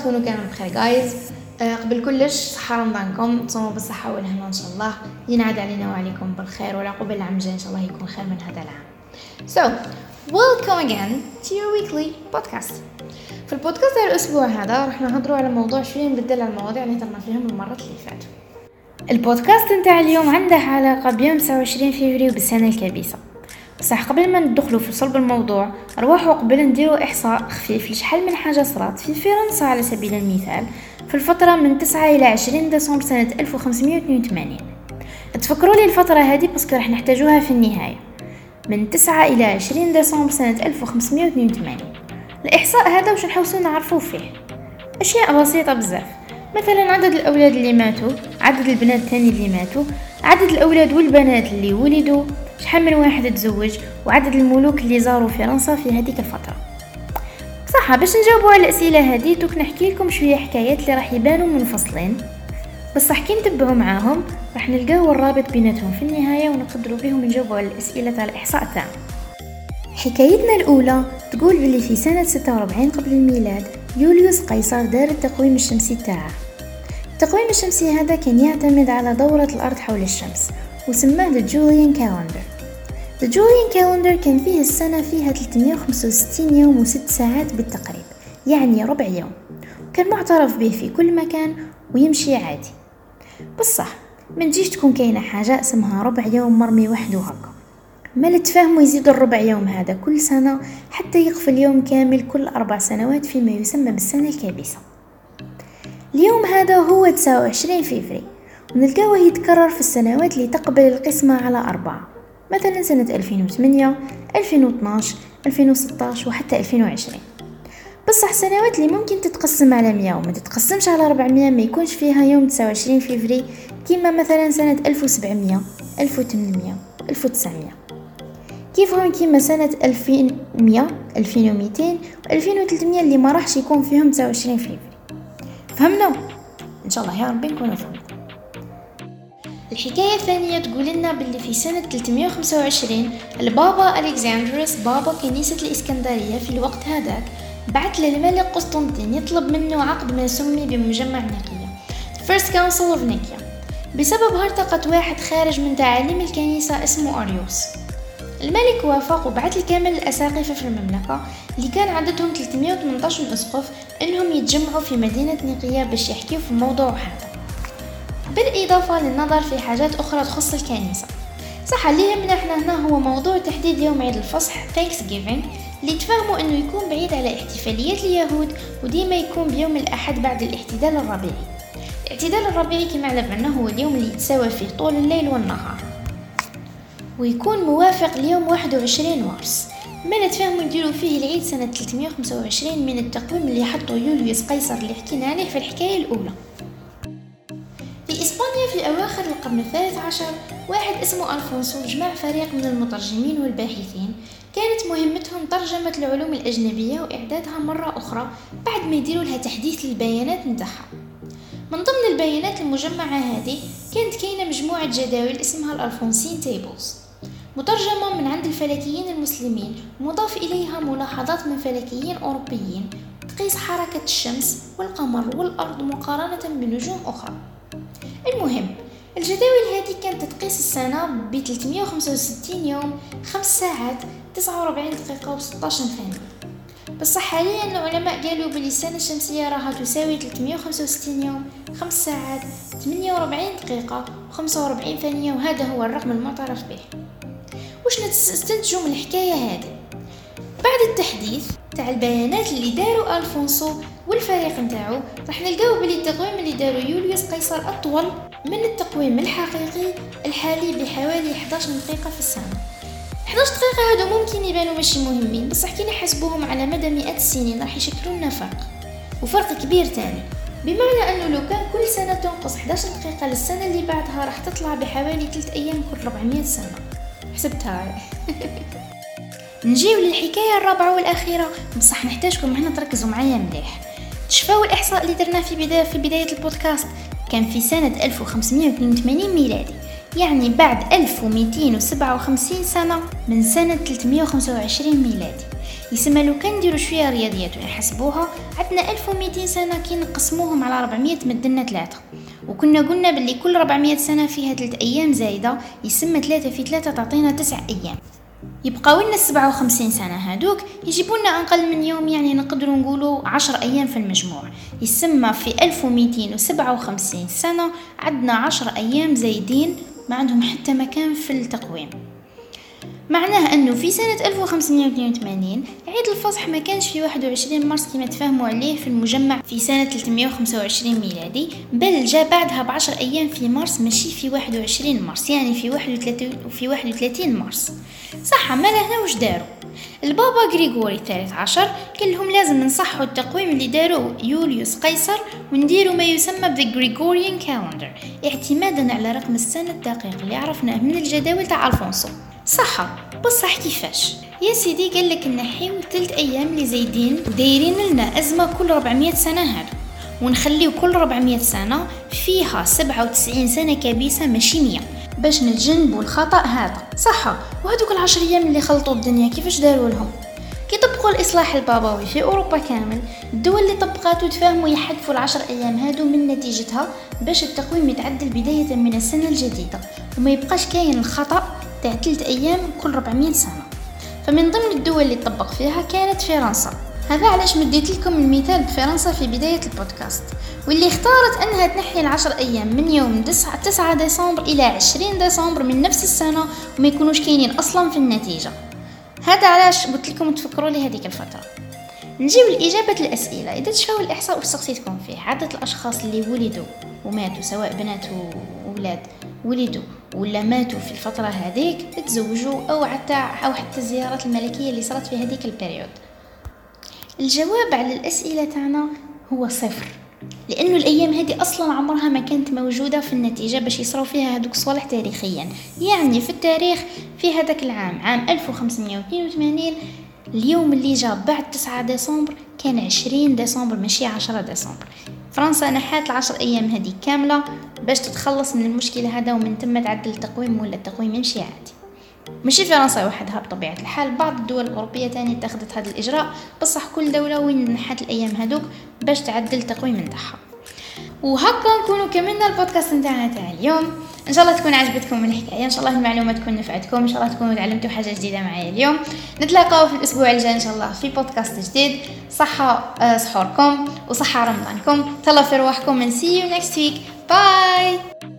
تكونوا كانوا بخير جايز. قبل كلش صحة رمضانكم، تصوموا بالصحة والهنا إن شاء الله، ينعاد علينا وعليكم بالخير، والعقوبة العام الجاي إن شاء الله يكون خير من هذا العام. So, welcome again to your weekly podcast. في البودكاست الأسبوع هذا رح نهضروا على موضوع شوية مبدل على المواضيع اللي هضرنا فيهم المرة اللي فاتت. البودكاست نتاع اليوم عنده علاقة بيوم 29 فبراير بالسنة الكبيسة. صح، قبل ما ندخلوا في صلب الموضوع روحوا قبل نديروا إحصاء خفيف لشحال من حاجة صارت في فرنسا على سبيل المثال في الفترة من 9 إلى 20 ديسمبر سنة 1582. تفكروا لي الفترة هذه باسكو راح نحتاجوها في النهاية. من 9 إلى 20 ديسمبر سنة 1582. الإحصاء هذا وش نحوسوا نعرفوا فيه أشياء بسيطة بزاف، مثلا عدد الأولاد اللي ماتوا، عدد البنات الثاني اللي ماتوا، عدد الأولاد والبنات اللي ولدوا، شحال من واحد تزوج، وعدد الملوك اللي زاروا فرنسا في هذيك الفترة. صح، باش نجاوبوا على الأسئلة هذه توك نحكي لكم شوية حكايات اللي راح يبانوا منفصلين، بس حكي نتبعوا معاهم راح نلقاو الرابط بيناتهم في النهاية ونقدروا بهم نجاوبوا على الأسئلة تاع الإحصاء تاعنا. حكايتنا الأولى تقول باللي في سنة 46 قبل الميلاد يوليوس قيصر دار التقويم الشمسي تاعه. التقويم الشمسي هذا كان يعتمد على دورة الأرض حول الشمس وسماه The Julian Calendar. The Julian Calendar كان فيه السنة فيها 365 يوم و6 ساعات بالتقريب، يعني ربع يوم، كان معترف به في كل مكان ويمشي عادي. بصح من تجيش تكون كاينة حاجة اسمها ربع يوم مرمي وحده هكا، ما تفهموا يزيد الربع يوم هذا كل سنة حتى يقفل يوم كامل كل 4 سنوات فيما يسمى بالسنة الكبيسة. اليوم هذا هو 29 فبراير، ونلقاوه يتكرر في السنوات اللي تقبل القسمة على 4، مثلا سنة 2008 2012 2016 وحتى 2020. بصح السنوات اللي ممكن تتقسم على 100 وما تتقسمش على 400 ما يكونش فيها يوم 29 فبراير، كيما مثلا سنة 1700 1800 1900، كيفهم كيما سنة 2100 2200 و 2300 اللي ما راحش يكون فيهم 29 فبراير. فهمنا؟ إن شاء الله يا ربي نكونوا فهمنا. الحكاية الثانية تقول لنا باللي في سنة 325 البابا ألكسندروس بابا كنيسة الإسكندرية في الوقت هذاك بعث للملك قسطنطين يطلب منه عقد ما سمي بمجمع نيقيا First Council of Nicaea بسبب هرطقة واحد خارج من تعاليم الكنيسة اسمه أريوس. الملك وافق وبعث لكامل الأساقفة في المملكة اللي كان عددهم 318 أسقف إنهم يتجمعوا في مدينة نيقيا باش يحكيوا في الموضوع هذا، بالإضافة للنظر في حاجات أخرى تخص الكنيسة. صح، اللي يهمنا احنا هنا هو موضوع تحديد يوم عيد الفصح Thanksgiving اللي تفهموا انه يكون بعيد على احتفاليات اليهود وديما يكون بيوم الأحد بعد الاعتدال الربيعي. الاعتدال الربيعي كما علمنا هو اليوم اللي يتساوى فيه طول الليل والنهار، ويكون موافق اليوم 21 مارس، ما نتفاهموا نديروا فيه العيد سنة 325 من التقويم اللي حطه يوليوس قيصر اللي حكينا عليه في الحكاية الأولى. في إسبانيا في أواخر القرن الثالث عشر واحد اسمه ألفونسو جمع فريق من المترجمين والباحثين كانت مهمتهم ترجمة العلوم الأجنبية وإعدادها مرة أخرى بعد ما يديروا لها تحديث للبيانات نتاعها. من ضمن البيانات المجمعة هذه كانت كاينة مجموعة جداول اسمها الألفونسين تيبلز، مترجمة من عند الفلكيين المسلمين ومضاف إليها ملاحظات من فلكيين أوروبيين تقيس حركة الشمس والقمر والأرض مقارنة بنجوم أخرى. المهم الجداول هذه كانت تقيس السنة ب 365 يوم 5 ساعات 49 دقيقة و16 ثانية. بس حاليا العلماء قالوا بلي السنة الشمسية راها تساوي 365 يوم 5 ساعات 48 دقيقة و45 ثانية، وهذا هو الرقم المعترف به. وش نستنتجوا من الحكاية هذه؟ بعد التحديث تاع البيانات اللي داروا ألفونسو والفريق نتاعو راح نلقاو بلي التقويم اللي داروا يوليوس قيصر أطول من التقويم الحقيقي الحالي بحوالي 11 دقيقة في السنة. 11 دقيقة هادو ممكن يبانوا ماشي مهمين، بس حكينا حسبوهم على مدى 100 سنين راح يشكلوا لنا فرق، وفرق كبير تاني، بمعنى أنه لو كان كل سنة تنقص 11 دقيقة للسنة اللي بعدها راح تطلع بحوالي 3 أيام كل 400 سنة. حسبتها. نجيو للحكاية الرابعة والأخيرة، بصح نحتاجكم هنا تركزوا معايا مليح. تشوفوا الإحصاء اللي درنا في بداية البودكاست كان في سنة 1582 ميلادي، يعني بعد 1257 سنة من سنة 325 ميلادي، يسمى لو كان نديرو شويه رياضيات ونحسبوها، عندنا 1200 سنه كي نقسموهم على 400 مدلنا 3، وكنا قلنا باللي كل 400 سنه فيها 3 ايام زايده، يسمى 3 في 3 تعطينا 9 ايام. يبقاو لنا 57 سنه هادوك يجيبوا لنا اقل من يوم، يعني نقدروا نقولوا 10 ايام في المجموع. يسمى في 1257 سنه عندنا 10 ايام زايدين ما عندهم حتى مكان في التقويم. معناه انه في سنة 1582 عيد الفصح ما كانش في 21 مارس كما تفهموا عليه في المجمع في سنة 325 ميلادي، بل جاء بعدها ب10 ايام في مارس، ماشي في 21 مارس، يعني في 31 مارس. صح، ما لهنا وش داروا البابا غريغوري الثالث عشر؟ قال لهم لازم نصحوا التقويم اللي داروه يوليوس قيصر ونديروا ما يسمى ب Gregorian Calendar، اعتمادا على رقم السنة الدقيق اللي عرفناه من الجداول تاع ألفونسو. صح، بصح كيفاش يا سيدي؟ قال لك نحيو 3 ايام اللي زايدين ودايرين لنا ازمه كل 400 سنه هادو، ونخليو كل 400 سنه فيها 97 سنه كبيسه ماشي 100، باش نتجنبوا الخطا هذا. صح، وهذوك ال10 ايام اللي خلطوا الدنيا كيفاش داروا لهم؟ كي طبقوا الاصلاح البابوي في اوروبا كامل، الدول اللي طبقاتو تفاهموا يحذفوا ال10 ايام هادو من نتيجتها باش التقويم يتعدل بدايه من السنه الجديده، وما يبقاش كاين الخطا تاع 3 ايام كل 400 سنه. فمن ضمن الدول اللي طبق فيها كانت فرنسا. هذا علاش مديت لكم المثال بفرنسا في بدايه البودكاست، واللي اختارت انها تنحي ال10 ايام من يوم 9 ديسمبر الى 20 ديسمبر من نفس السنه، وما يكونوش كاينين اصلا في النتيجه. هذا علاش قلت لكم تفكروا لي هذيك الفتره. نجيب الإجابة الأسئلة. إذا تشوفوا الإحصاء وسقسيتكم فيه عدد الأشخاص اللي ولدوا وماتوا، سواء بنات وولاد ولدوا ولا ماتوا في الفترة هذيك، تزوجوا أو حتى الزيارات الملكية اللي صارت في هذيك البريود، الجواب على الأسئلة تاعنا هو 0، لأنه الأيام هذه أصلا عمرها ما كانت موجودة في النتيجة باش يصروا فيها هذوك الصالح تاريخيا. يعني في التاريخ في هذاك العام، عام 1582، اليوم اللي جاء بعد 9 ديسمبر كان 20 ديسمبر ماشي 10 ديسمبر. فرنسا نحات 10 أيام هذه كاملة باش تتخلص من المشكلة هذا، ومن ثم تعدل التقويم ولا التقويم يمشي عادي. ماشي فرنسا وحدها بطبيعة الحال، بعض الدول الأوروبية تاني اتخذت هذا الإجراء، بصح كل دولة وين نحات الأيام هذوك باش تعدل التقويم نتاعها. وهكا نكونوا كملنا البودكاست نتاعنا تاع اليوم. ان شاء الله تكون عجبتكم الحكايه، ان شاء الله المعلومات تكون نفعتكم، ان شاء الله تكونوا تعلمتوا حاجه جديده معايا اليوم. نتلاقاو في الاسبوع الجاي ان شاء الله في بودكاست جديد. صحه سحوركم وصحه رمضانكم، تهلاو في رواحكم. and see you next week. bye.